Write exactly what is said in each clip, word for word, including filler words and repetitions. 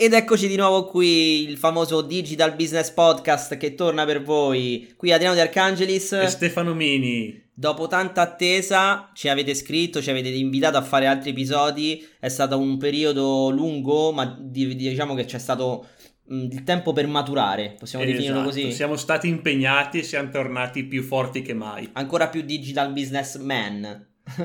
Ed eccoci di nuovo qui, il famoso Digital Business Podcast che torna per voi. Qui Adriano De Arcangelis e Stefano Mini. Dopo tanta attesa ci avete scritto, ci avete invitato a fare altri episodi. È stato un periodo lungo, ma diciamo che c'è stato mh, il tempo per maturare, possiamo Esatto. definirlo così? Siamo stati impegnati e siamo tornati più forti che mai. Ancora più digital businessman.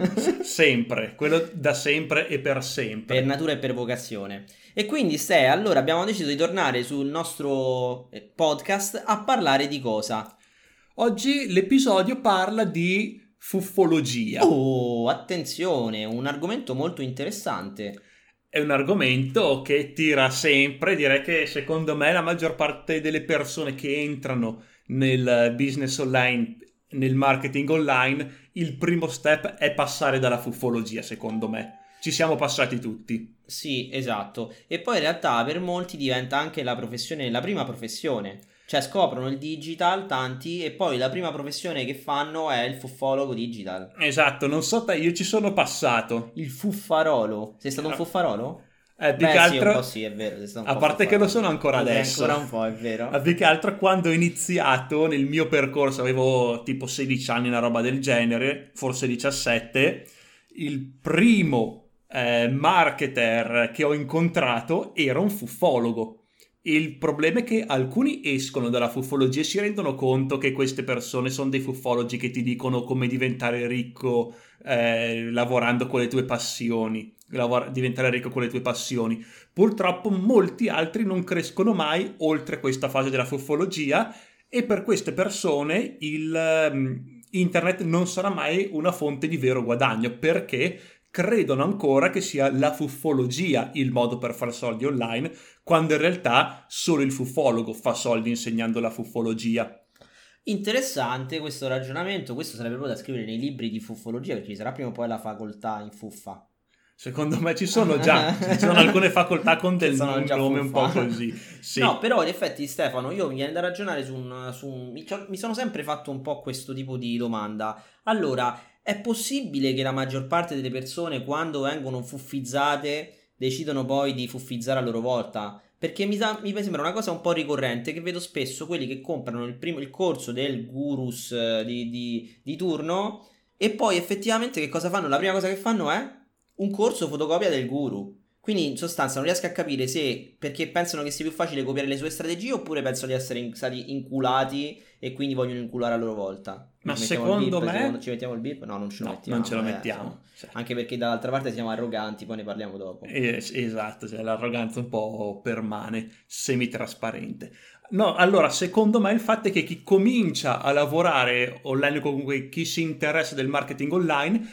Sempre, quello da sempre e per sempre. Per natura e per vocazione. E quindi Ste, allora abbiamo deciso di tornare sul nostro podcast a parlare di cosa? Oggi l'episodio parla di fuffologia. Oh, attenzione, un argomento molto interessante. È un argomento che tira sempre, direi che secondo me la maggior parte delle persone che entrano nel business online, nel marketing online, il primo step è passare dalla fuffologia, secondo me. Ci siamo passati tutti. Sì, esatto. E poi in realtà per molti diventa anche la professione, la prima professione. Cioè scoprono il digital tanti e poi la prima professione che fanno è il fuffologo digital. Esatto, non so te, io ci sono passato. Il fuffarolo. Sei stato un fuffarolo? Eh, più Beh, che sì, altro, un po' sì, è vero. Sei stato un a po' parte che fuffarolo. lo sono ancora Sì, adesso. ancora un po', è vero. Ma più che altro quando ho iniziato nel mio percorso, avevo tipo sedici anni, una roba del genere, forse diciassette, il primo eh, marketer che ho incontrato era un fuffologo. Il problema è che alcuni escono dalla fuffologia e si rendono conto che queste persone sono dei fuffologi che ti dicono come diventare ricco eh, lavorando con le tue passioni, lavora- diventare ricco con le tue passioni. Purtroppo molti altri non crescono mai oltre questa fase della fuffologia e per queste persone il um, internet non sarà mai una fonte di vero guadagno perché credono ancora che sia la fuffologia il modo per fare soldi online, quando in realtà solo il fuffologo fa soldi insegnando la fuffologia. Interessante questo ragionamento, questo sarebbe proprio da scrivere nei libri di fuffologia perché ci sarà prima o poi la facoltà in fuffa. Secondo me ci sono già, ci sono alcune facoltà con del Sono già nome un po' fuffa. così. Sì. No, però in effetti Stefano, io mi viene da ragionare su un, su un... Mi, cioè, mi sono sempre fatto un po' questo tipo di domanda. Allora, è possibile che la maggior parte delle persone quando vengono fuffizzate decidono poi di fuffizzare a loro volta? Perché mi, sa- mi sembra una cosa un po' ricorrente che vedo spesso quelli che comprano il, primo, il corso del gurus eh, di, di, di turno e poi effettivamente che cosa fanno? La prima cosa che fanno è un corso fotocopia del guru. Quindi in sostanza non riesco a capire se perché pensano che sia più facile copiare le sue strategie oppure pensano di essere in- stati inculati e quindi vogliono inculare a loro volta. Ma Ci mettiamo il secondo beep, me- secondo- ci mettiamo il beep? No, non ce lo No, mettiamo. non ce lo eh, mettiamo. insomma. Cioè. Anche perché dall'altra parte siamo arroganti, poi ne parliamo dopo. Es- esatto, cioè l'arroganza un po' permane, semitrasparente. No, allora, secondo me il fatto è che chi comincia a lavorare online o comunque chi si interessa del marketing online,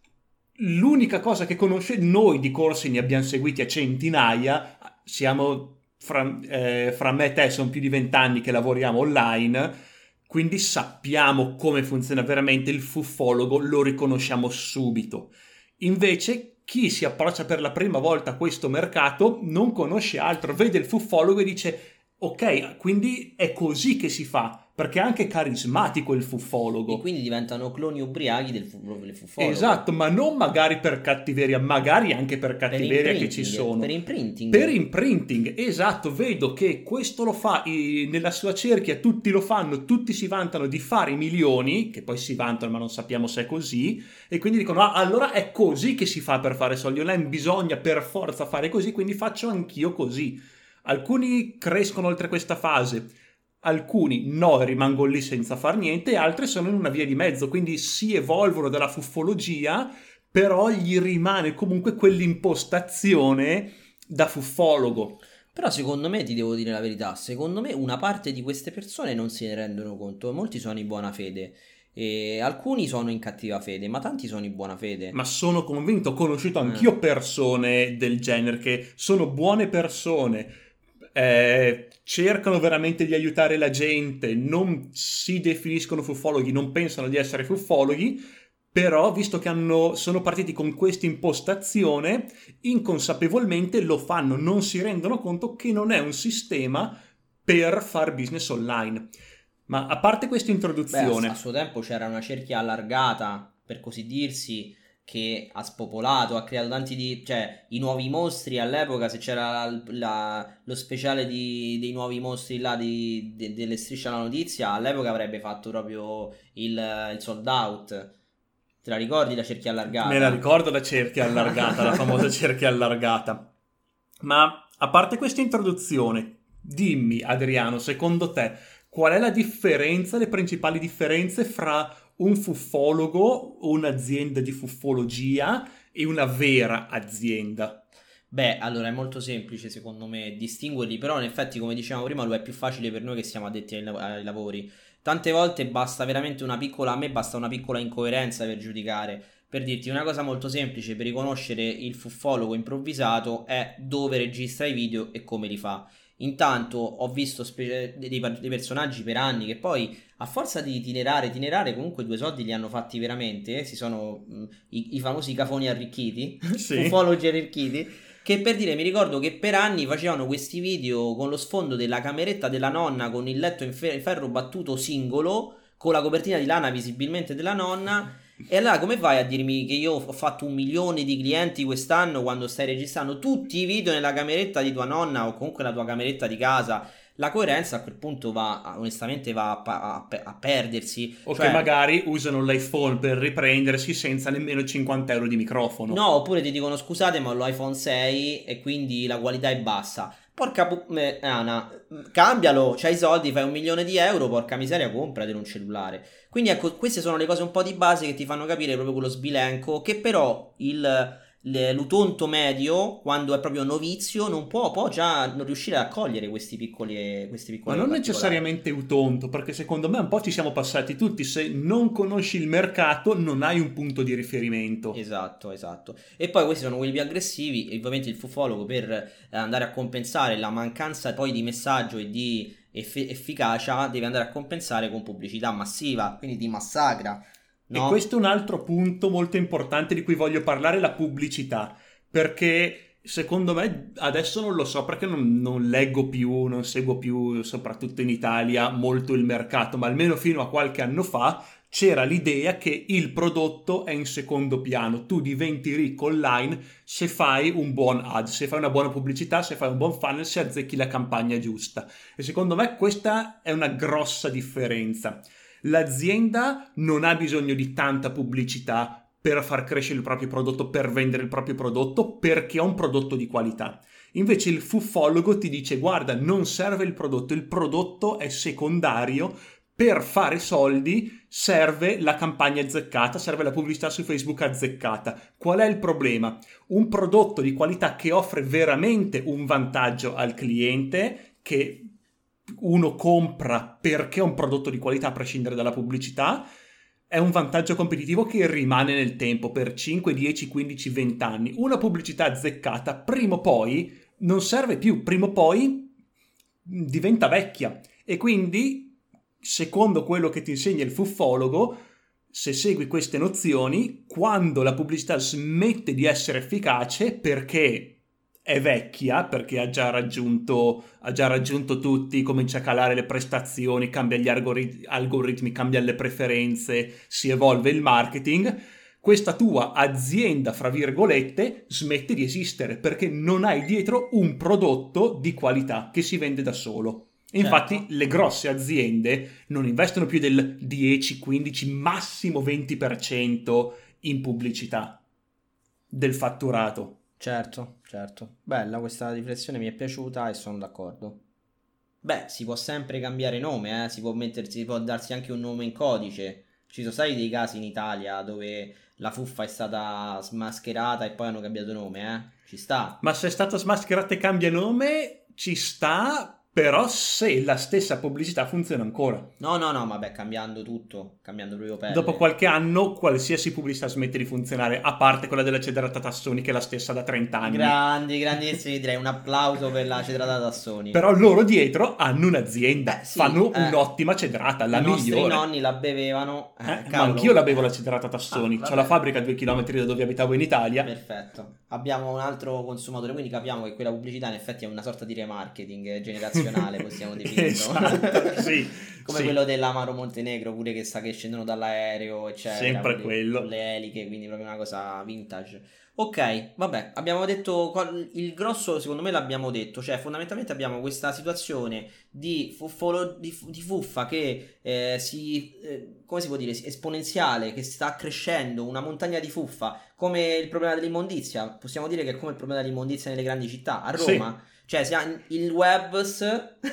l'unica cosa che conosce, noi di corsi ne abbiamo seguiti a centinaia, siamo fra, eh, fra me e te sono più di vent'anni che lavoriamo online, quindi sappiamo come funziona veramente il fuffologo, lo riconosciamo subito. Invece chi si approccia per la prima volta a questo mercato non conosce altro, vede il fuffologo e dice ok, quindi è così che si fa, perché è anche carismatico il fuffologo. E quindi diventano cloni ubriachi del, fu- del fuffologo. Esatto, ma non magari per cattiveria, magari anche per cattiveria che ci sono. Per imprinting. Per imprinting, esatto, vedo che questo lo fa i- nella sua cerchia, tutti lo fanno, tutti si vantano di fare i milioni, che poi si vantano ma non sappiamo se è così, e quindi dicono ah, allora è così che si fa per fare soldi online, bisogna per forza fare così, quindi faccio anch'io così. Alcuni crescono oltre questa fase, alcuni no, rimangono lì senza far niente, e altri sono in una via di mezzo, quindi si evolvono dalla fuffologia, però gli rimane comunque quell'impostazione da fuffologo. Però secondo me, ti devo dire la verità, secondo me una parte di queste persone non se ne rendono conto, molti sono in buona fede. E alcuni sono in cattiva fede, ma tanti sono in buona fede. Ma sono convinto, ho conosciuto anch'io persone del genere che sono buone persone, eh, cercano veramente di aiutare la gente, non si definiscono fuffologhi, non pensano di essere fuffologhi, però visto che hanno, sono partiti con questa impostazione, inconsapevolmente lo fanno, non si rendono conto che non è un sistema per far business online. Ma a parte questa introduzione... Beh, a suo tempo c'era una cerchia allargata, per così dirsi, che ha spopolato, ha creato tanti di, cioè i nuovi mostri all'epoca, se c'era la- la- lo speciale di- dei nuovi mostri là di, de- delle strisce alla notizia, all'epoca avrebbe fatto proprio il, il sold out. Te la ricordi la cerchia Me la allargata? ricordo la cerchia allargata, la famosa cerchia allargata. Ma a parte questa introduzione, dimmi Adriano, secondo te qual è la differenza, le principali differenze fra un fuffologo, un'azienda di fuffologia e una vera azienda? Beh, allora è molto semplice secondo me distinguerli, però in effetti come dicevamo prima lo è più facile per noi che siamo addetti ai, lav- ai lavori. Tante volte basta veramente una piccola, a me basta una piccola incoerenza per giudicare. Per dirti una cosa molto semplice per riconoscere il fuffologo improvvisato è dove registra i video e come li fa. Intanto ho visto spe- dei, dei personaggi per anni che poi a forza di itinerare, itinerare comunque due soldi li hanno fatti veramente, eh, si sono mh, i, i famosi cafoni arricchiti, Sì. fufologi arricchiti, che per dire mi ricordo che per anni facevano questi video con lo sfondo della cameretta della nonna con il letto in fe- ferro battuto singolo, con la copertina di lana visibilmente della nonna. E allora come fai a dirmi che io ho fatto un milione di clienti quest'anno quando stai registrando tutti i video nella cameretta di tua nonna o comunque la tua cameretta di casa? La coerenza a quel punto va, onestamente, va a, pa- a pe- a perdersi. O che Cioè, magari usano l'iPhone per riprendersi senza nemmeno cinquanta euro di microfono. no, oppure ti dicono scusate, ma ho l'iPhone sei e quindi la qualità è bassa. Porca pu- eh, Anna, cambialo, c'hai i soldi, fai un milione di euro, porca miseria, compratelo un cellulare. Quindi ecco, queste sono le cose un po' di base che ti fanno capire proprio quello sbilenco, che però il, le- l'utonto medio, quando è proprio novizio, non può, può già non riuscire a cogliere questi piccoli, questi Ma piccoli non particolari. necessariamente utonto, perché secondo me un po' ci siamo passati tutti. Se non conosci il mercato, non hai un punto di riferimento. Esatto, esatto. E poi questi sono quelli più aggressivi. E ovviamente il fufologo per eh, andare a compensare la mancanza poi di messaggio e di effe- efficacia deve andare a compensare con pubblicità massiva, quindi ti massacra, E no? questo è un altro punto molto importante di cui voglio parlare, la pubblicità, perché secondo me adesso non lo so perché non, non leggo più, non seguo più, soprattutto in Italia, molto il mercato, ma almeno fino a qualche anno fa c'era l'idea che il prodotto è in secondo piano, tu diventi ricco online se fai un buon ad, se fai una buona pubblicità, se fai un buon funnel, se azzecchi la campagna giusta. E secondo me questa è una grossa differenza. L'azienda non ha bisogno di tanta pubblicità per far crescere il proprio prodotto, per vendere il proprio prodotto, perché ha un prodotto di qualità. Invece il fuffologo ti dice guarda, non serve il prodotto, il prodotto è secondario, per fare soldi serve la campagna azzeccata, serve la pubblicità su Facebook azzeccata. Qual è il problema? Un prodotto di qualità che offre veramente un vantaggio al cliente, che uno compra perché è un prodotto di qualità a prescindere dalla pubblicità, è un vantaggio competitivo che rimane nel tempo per cinque, dieci, quindici, venti anni. Una pubblicità azzeccata prima o poi non serve più, prima o poi diventa vecchia e quindi secondo quello che ti insegna il fuffologo, se segui queste nozioni, quando la pubblicità smette di essere efficace perché è vecchia, perché ha già raggiunto, ha già raggiunto tutti, comincia a calare le prestazioni, cambia gli algorit- algoritmi, cambia le preferenze, si evolve il marketing, questa tua azienda, fra virgolette, smette di esistere perché non hai dietro un prodotto di qualità che si vende da solo. Infatti Certo. le grosse aziende non investono più del dieci, quindici, massimo venti per cento in pubblicità del fatturato. Certo, certo. Bella questa riflessione, mi è piaciuta e sono d'accordo. Beh, si può sempre cambiare nome, eh? Si può mettersi, si può darsi anche un nome in codice. Ci sono stati dei casi in Italia dove la fuffa è stata smascherata e poi hanno cambiato nome, eh? Ci sta. Ma se è stata smascherata e cambia nome, ci sta, però se la stessa pubblicità funziona ancora. No, no, no, vabbè, cambiando tutto, cambiando proprio Dopo pelle. qualche anno, qualsiasi pubblicità smette di funzionare, a parte quella della cedrata Tassoni, che è la stessa da trenta anni. Grandi, grandissimi, direi un applauso per la cedrata da Sony. Però loro dietro hanno un'azienda, Beh, sì, fanno eh, un'ottima cedrata, la i nostri migliore. nonni la bevevano, eh, Eh, ma anch'io la cavolo. bevo la Eh. cedrata Ah, Tassoni. C'ho la vabbè. fabbrica a due chilometri da dove abitavo in Italia. Perfetto. Abbiamo un altro consumatore, quindi capiamo che quella pubblicità in effetti è una sorta di remarketing generazionale. motivazionale, possiamo definirlo. Esatto, sì. Come sì. quello dell'Amaro Montenegro, pure che sa che scendono dall'aereo, eccetera. Sempre quelli- quello. Con le eliche, quindi proprio una cosa vintage. Ok, vabbè, abbiamo detto qual- il grosso, secondo me l'abbiamo detto, cioè fondamentalmente abbiamo questa situazione di, fuffolo, di, fu- di fuffa che eh, si, eh, come si può dire, esponenziale, che sta crescendo, una montagna di fuffa, come il problema dell'immondizia, possiamo dire che è come il problema dell'immondizia nelle grandi città, a Sì. Roma, cioè si ha- il webs,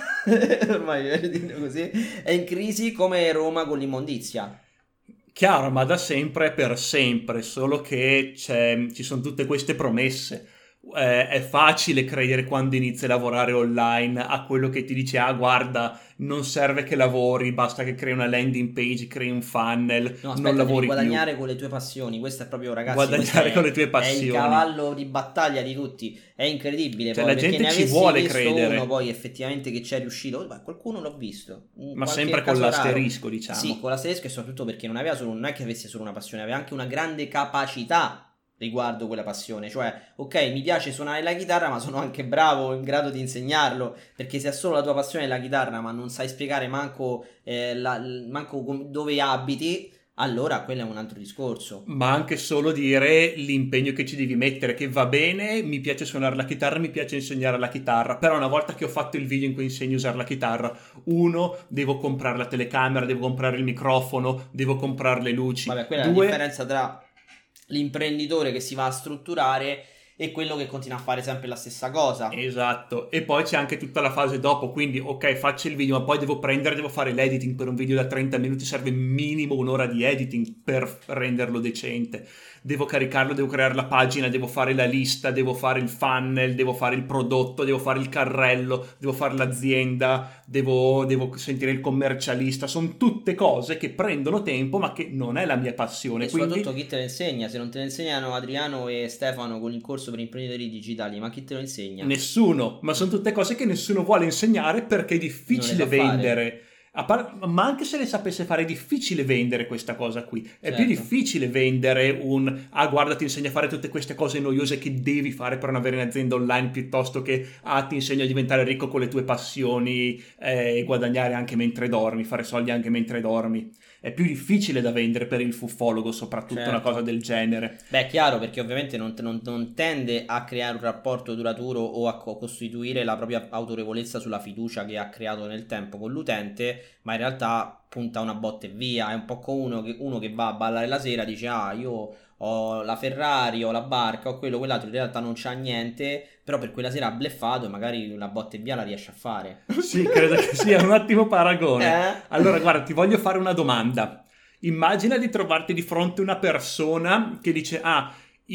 ormai per dirlo così, è in crisi come Roma con l'immondizia. Chiaro, ma da sempre e per sempre, solo che c'è- ci sono tutte queste promesse. Eh, è facile credere quando inizi a lavorare online a quello che ti dice, ah guarda, non serve che lavori, basta che crei una landing page, crei un funnel, No, non aspetta, devi lavori più. guadagnare con le tue passioni. Questo è proprio, ragazzi, questo Guadagnare con le è, tue è il passioni. cavallo di battaglia di tutti. È incredibile Cioè poi, la perché gente ne ci avessi vuole visto credere, uno poi effettivamente che ci è riuscito. Beh, qualcuno l'ho visto. Un- ma qualche sempre con caso raro. l'asterisco, diciamo. Sì, con l'asterisco e soprattutto perché non aveva solo, non è che avesse solo una passione, aveva anche una grande capacità riguardo quella passione. Cioè, ok, mi piace suonare la chitarra, ma sono anche bravo, in grado di insegnarlo. Perché se è solo la tua passione la chitarra, ma non sai spiegare manco, eh, la- manco com- dove abiti, allora quello è un altro discorso. Ma anche solo dire l'impegno che ci devi mettere, che va bene, mi piace suonare la chitarra, mi piace insegnare la chitarra, però una volta che ho fatto il video in cui insegno a usare la chitarra, uno, devo comprare la telecamera, devo comprare il microfono, devo comprare le luci. Vabbè, quella è la Due, differenza tra l'imprenditore che si va a strutturare e quello che continua a fare sempre la stessa cosa. esatto, e poi c'è anche tutta la fase dopo, quindi ok, faccio il video, ma poi devo prendere, devo fare l'editing per un video da trenta minuti, serve minimo un'ora di editing per renderlo decente. Devo caricarlo, devo creare la pagina, devo fare la lista, devo fare il funnel, devo fare il prodotto, devo fare il carrello, devo fare l'azienda, devo, devo sentire il commercialista. Sono tutte cose che prendono tempo, ma che non è la mia passione. E Quindi soprattutto chi te lo insegna? Se non te lo insegnano Adriano e Stefano con il corso per imprenditori digitali, ma chi te lo insegna? nessuno, ma sono tutte cose che nessuno vuole insegnare perché è difficile Non le sa fare. vendere. A par- ma anche se le sapesse fare è difficile vendere questa cosa qui. È Certo. più difficile vendere un ah guarda ti insegno a fare tutte queste cose noiose che devi fare per non avere un'azienda online, piuttosto che ah ti insegno a diventare ricco con le tue passioni eh, e guadagnare anche mentre dormi, fare soldi anche mentre dormi. È più difficile da vendere per il fuffologo, soprattutto Certo. una cosa del genere. Beh, è chiaro, perché ovviamente non, non- non tende a creare un rapporto duraturo o a co- costituire la propria autorevolezza sulla fiducia che ha creato nel tempo con l'utente, ma in realtà punta una botta e via. È un po' come uno che, uno che va a ballare la sera, dice ah io ho la Ferrari, ho la barca, ho quello, quell'altro, in realtà non c'ha niente, però per quella sera ha bleffato e magari una botta e via la riesce a fare. Sì, credo che sia un ottimo paragone. Eh? Allora, guarda, ti voglio fare una domanda. Immagina di trovarti di fronte una persona che dice: ah,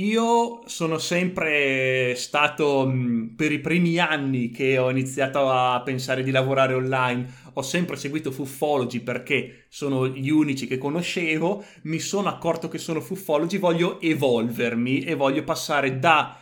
io sono sempre stato, mh, per i primi anni che ho iniziato a pensare di lavorare online, ho sempre seguito Fuffology perché sono gli unici che conoscevo, mi sono accorto che sono Fuffology, voglio evolvermi e voglio passare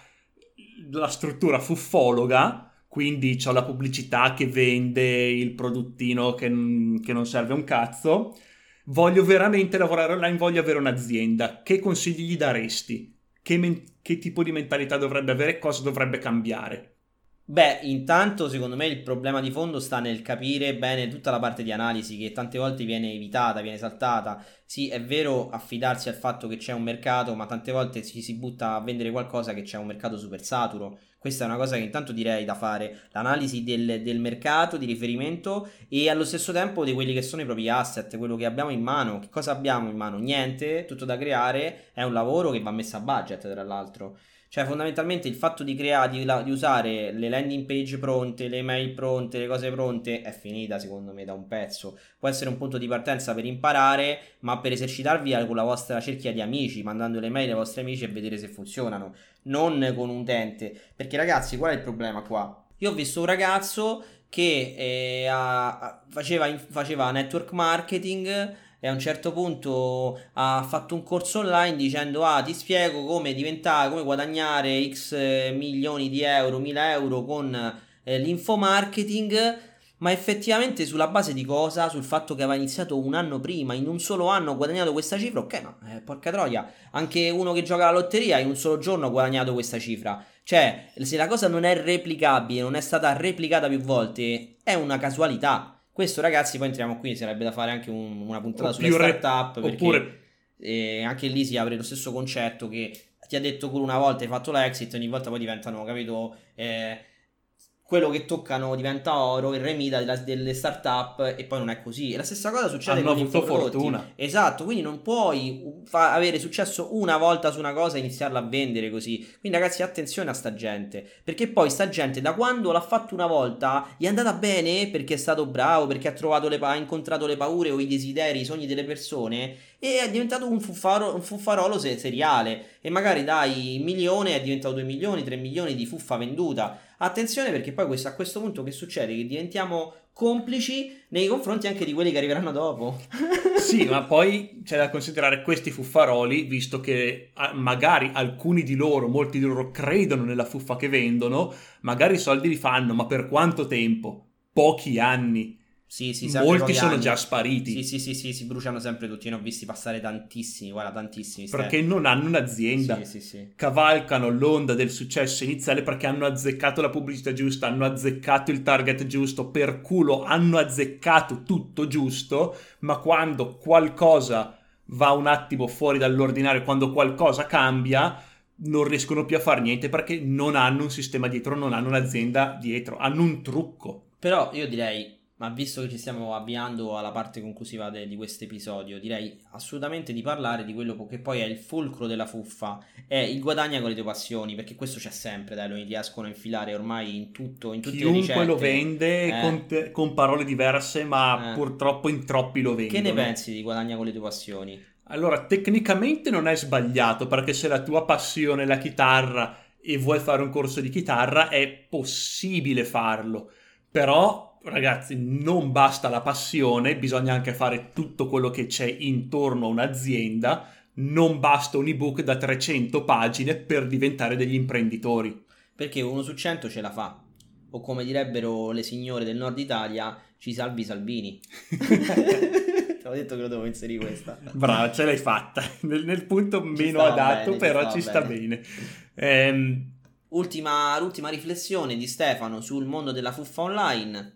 dalla struttura fuffologa, quindi c'ho la pubblicità che vende il produttino che, che non serve un cazzo, voglio veramente lavorare online, voglio avere un'azienda. Che consigli gli daresti? Che, men- che tipo di mentalità dovrebbe avere? Cosa dovrebbe cambiare? Beh, intanto secondo me il problema di fondo sta nel capire bene tutta la parte di analisi che tante volte viene evitata, viene saltata. Sì, è vero affidarsi al fatto che c'è un mercato, ma tante volte ci si butta a vendere qualcosa che c'è un mercato super saturo. Questa è una cosa che intanto direi da fare, l'analisi del, del mercato di riferimento e allo stesso tempo di quelli che sono i propri asset, quello che abbiamo in mano. Che cosa abbiamo in mano? Niente, tutto da creare, è un lavoro che va messo a budget tra l'altro. Cioè fondamentalmente il fatto di creare, di, la- di usare le landing page pronte, le email pronte, le cose pronte è finita secondo me da un pezzo. Può essere un punto di partenza per imparare, ma per esercitarvi con la vostra cerchia di amici, mandando le mail ai vostri amici e vedere se funzionano, non con un utente. Perché ragazzi, qual è il problema qua? Io ho visto un ragazzo che eh, ha- ha- faceva, in- faceva network marketing e a un certo punto ha fatto un corso online dicendo ah ti spiego come diventare, come guadagnare x eh, milioni di euro, mila euro con eh, l'infomarketing, Ma effettivamente sulla base di cosa? Sul fatto che aveva iniziato un anno prima, in un solo anno ha guadagnato questa cifra? Ok, ma eh, porca troia, anche uno che gioca alla lotteria in un solo giorno ha guadagnato questa cifra. Cioè, se la cosa non è replicabile, non è stata replicata più volte, è una casualità. Questo, ragazzi, poi entriamo qui, sarebbe da fare anche un- una puntata O sulle più re- startup, perché oppure eh, anche lì si apre lo stesso concetto che ti ha detto pure una volta hai fatto l'exit, ogni volta poi diventano, capito, eh, quello che toccano diventa oro, il remita della- delle startup, e poi non è così. E la stessa cosa succede hanno con gli avuto infoprodotti. fortuna. Esatto, quindi non puoi fa- avere successo una volta su una cosa e iniziarla a vendere così. Quindi ragazzi, attenzione a sta gente, perché poi sta gente da quando l'ha fatto una volta gli è andata bene perché è stato bravo, perché ha trovato le pa- ha incontrato le paure o i desideri, i sogni delle persone, e è diventato un, fuffaro- un fuffarolo se- seriale, e magari dai milione è diventato due milioni, tre milioni di fuffa venduta. Attenzione, perché poi questo- a questo punto che succede? Che diventiamo complici nei confronti anche di quelli che arriveranno dopo. Sì, ma poi c'è da considerare questi fuffaroli, visto che ah, magari alcuni di loro, molti di loro credono nella fuffa che vendono, magari i soldi li fanno, ma per quanto tempo? Pochi anni. Sì, sì, sempre Molti pochi sono anni. già spariti. Sì, sì, sì, sì, si bruciano sempre tutti. Ne ho visti passare tantissimi, guarda, tantissimi. ste- Perché non hanno un'azienda. Sì, sì, sì. Cavalcano l'onda del successo iniziale perché hanno azzeccato la pubblicità giusta, hanno azzeccato il target giusto, per culo hanno azzeccato tutto giusto, ma quando qualcosa va un attimo fuori dall'ordinario, quando qualcosa cambia, non riescono più a fare niente perché non hanno un sistema dietro, non hanno un'azienda dietro, hanno un trucco. Però io direi, ma visto che ci stiamo avviando alla parte conclusiva de- di questo episodio, direi assolutamente di parlare di quello che poi è il fulcro della fuffa, è il guadagna con le tue passioni, perché questo c'è sempre, dai, lo riescono a infilare ormai in tutto, in tutte le Chiunque ricette. lo vende Eh. con, te- con parole diverse, ma Eh. purtroppo in troppi lo vendono. Che ne pensi di guadagna con le tue passioni? Allora, tecnicamente non è sbagliato, perché se la tua passione è la chitarra e vuoi fare un corso di chitarra, è possibile farlo. Però, ragazzi, non basta la passione, bisogna anche fare tutto quello che c'è intorno a un'azienda. Non basta un ebook da trecento pagine per diventare degli imprenditori. Perché uno su cento ce la fa. O come direbbero le signore del nord Italia, ci salvi Salvini. Ti ho detto che lo devo inserire questa. Brava, ce l'hai fatta. Nel, nel punto Ci meno stava adatto, bene, ci però stava ci sta bene. bene. Ehm, Ultima, l'ultima riflessione di Stefano sul mondo della fuffa online.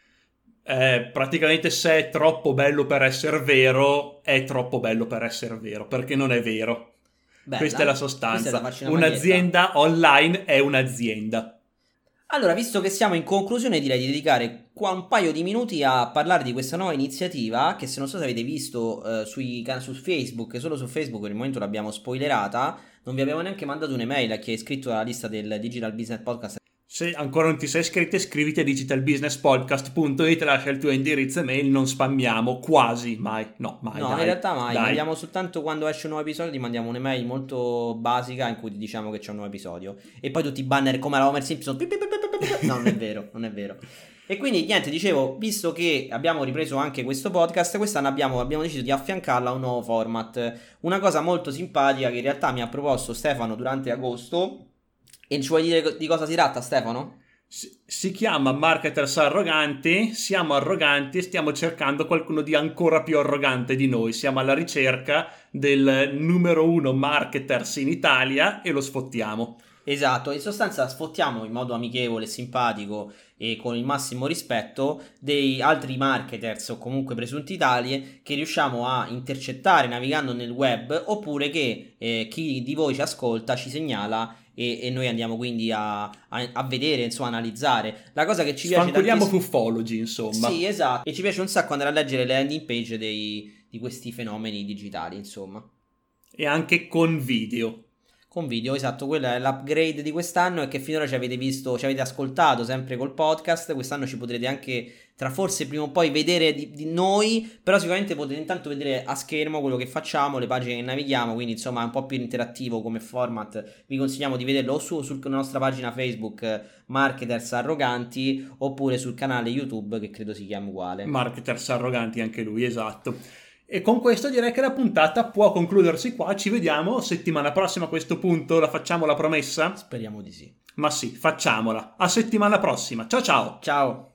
eh, praticamente se è troppo bello per essere vero, è troppo bello per essere vero, perché non è vero. Bella. Questa è la Questa è sostanza. da farci una Un'azienda online è un'azienda. Allora, visto che siamo in conclusione, direi di dedicare qua un paio di minuti a parlare di questa nuova iniziativa che, se non so se avete visto eh, sui can- su Facebook, solo su Facebook per il momento l'abbiamo spoilerata, non vi abbiamo neanche mandato un'email a chi è iscritto alla lista del Digital Business Podcast. Se ancora non ti sei iscritto, iscriviti a digital business podcast punto it, lascia il tuo indirizzo email, non spammiamo quasi mai. No, mai. No, dai, in realtà mai, dai. mandiamo soltanto quando esce un nuovo episodio, ti mandiamo un'email molto basica in cui ti diciamo che c'è un nuovo episodio. E poi tutti i banner come la Homer Simpson. pi, pi, pi, pi, pi, pi. No, non è vero, non è vero. E quindi niente, dicevo, visto che abbiamo ripreso anche questo podcast, quest'anno abbiamo, abbiamo deciso di affiancarla a un nuovo format. Una cosa molto simpatica che in realtà mi ha proposto Stefano durante agosto. E ci vuoi dire di cosa si tratta, Stefano? Si, si chiama Marketers Arroganti, siamo arroganti e stiamo cercando qualcuno di ancora più arrogante di noi. Siamo alla ricerca del numero uno marketers in Italia e lo sfottiamo. Esatto, in sostanza sfottiamo in modo amichevole, simpatico e con il massimo rispetto dei altri marketers o comunque presunti tali che riusciamo a intercettare navigando nel web, oppure che eh, chi di voi ci ascolta ci segnala e, e noi andiamo quindi a, a, a vedere, insomma, analizzare. La cosa che ci piace Sfancoliamo tantissimo... fuffologi, insomma. Sì, esatto, e ci piace un sacco andare a leggere le landing page dei, di questi fenomeni digitali, insomma. E anche con video. Con video, esatto, quello è l'upgrade di quest'anno, e che finora ci avete visto, ci avete ascoltato sempre col podcast. Quest'anno ci potrete anche, tra forse prima o poi, vedere di, di noi, però sicuramente potete intanto vedere a schermo quello che facciamo, le pagine che navighiamo, quindi insomma è un po' più interattivo come format. Vi consigliamo di vederlo o su, sulla nostra pagina Facebook Marketers Arroganti, oppure sul canale YouTube che credo si chiami uguale. Marketers Arroganti anche lui, esatto. E con questo direi che la puntata può concludersi qua. Ci vediamo settimana prossima. A questo punto la facciamo la promessa? Speriamo di sì. Ma sì, facciamola. A settimana prossima. Ciao ciao. Ciao.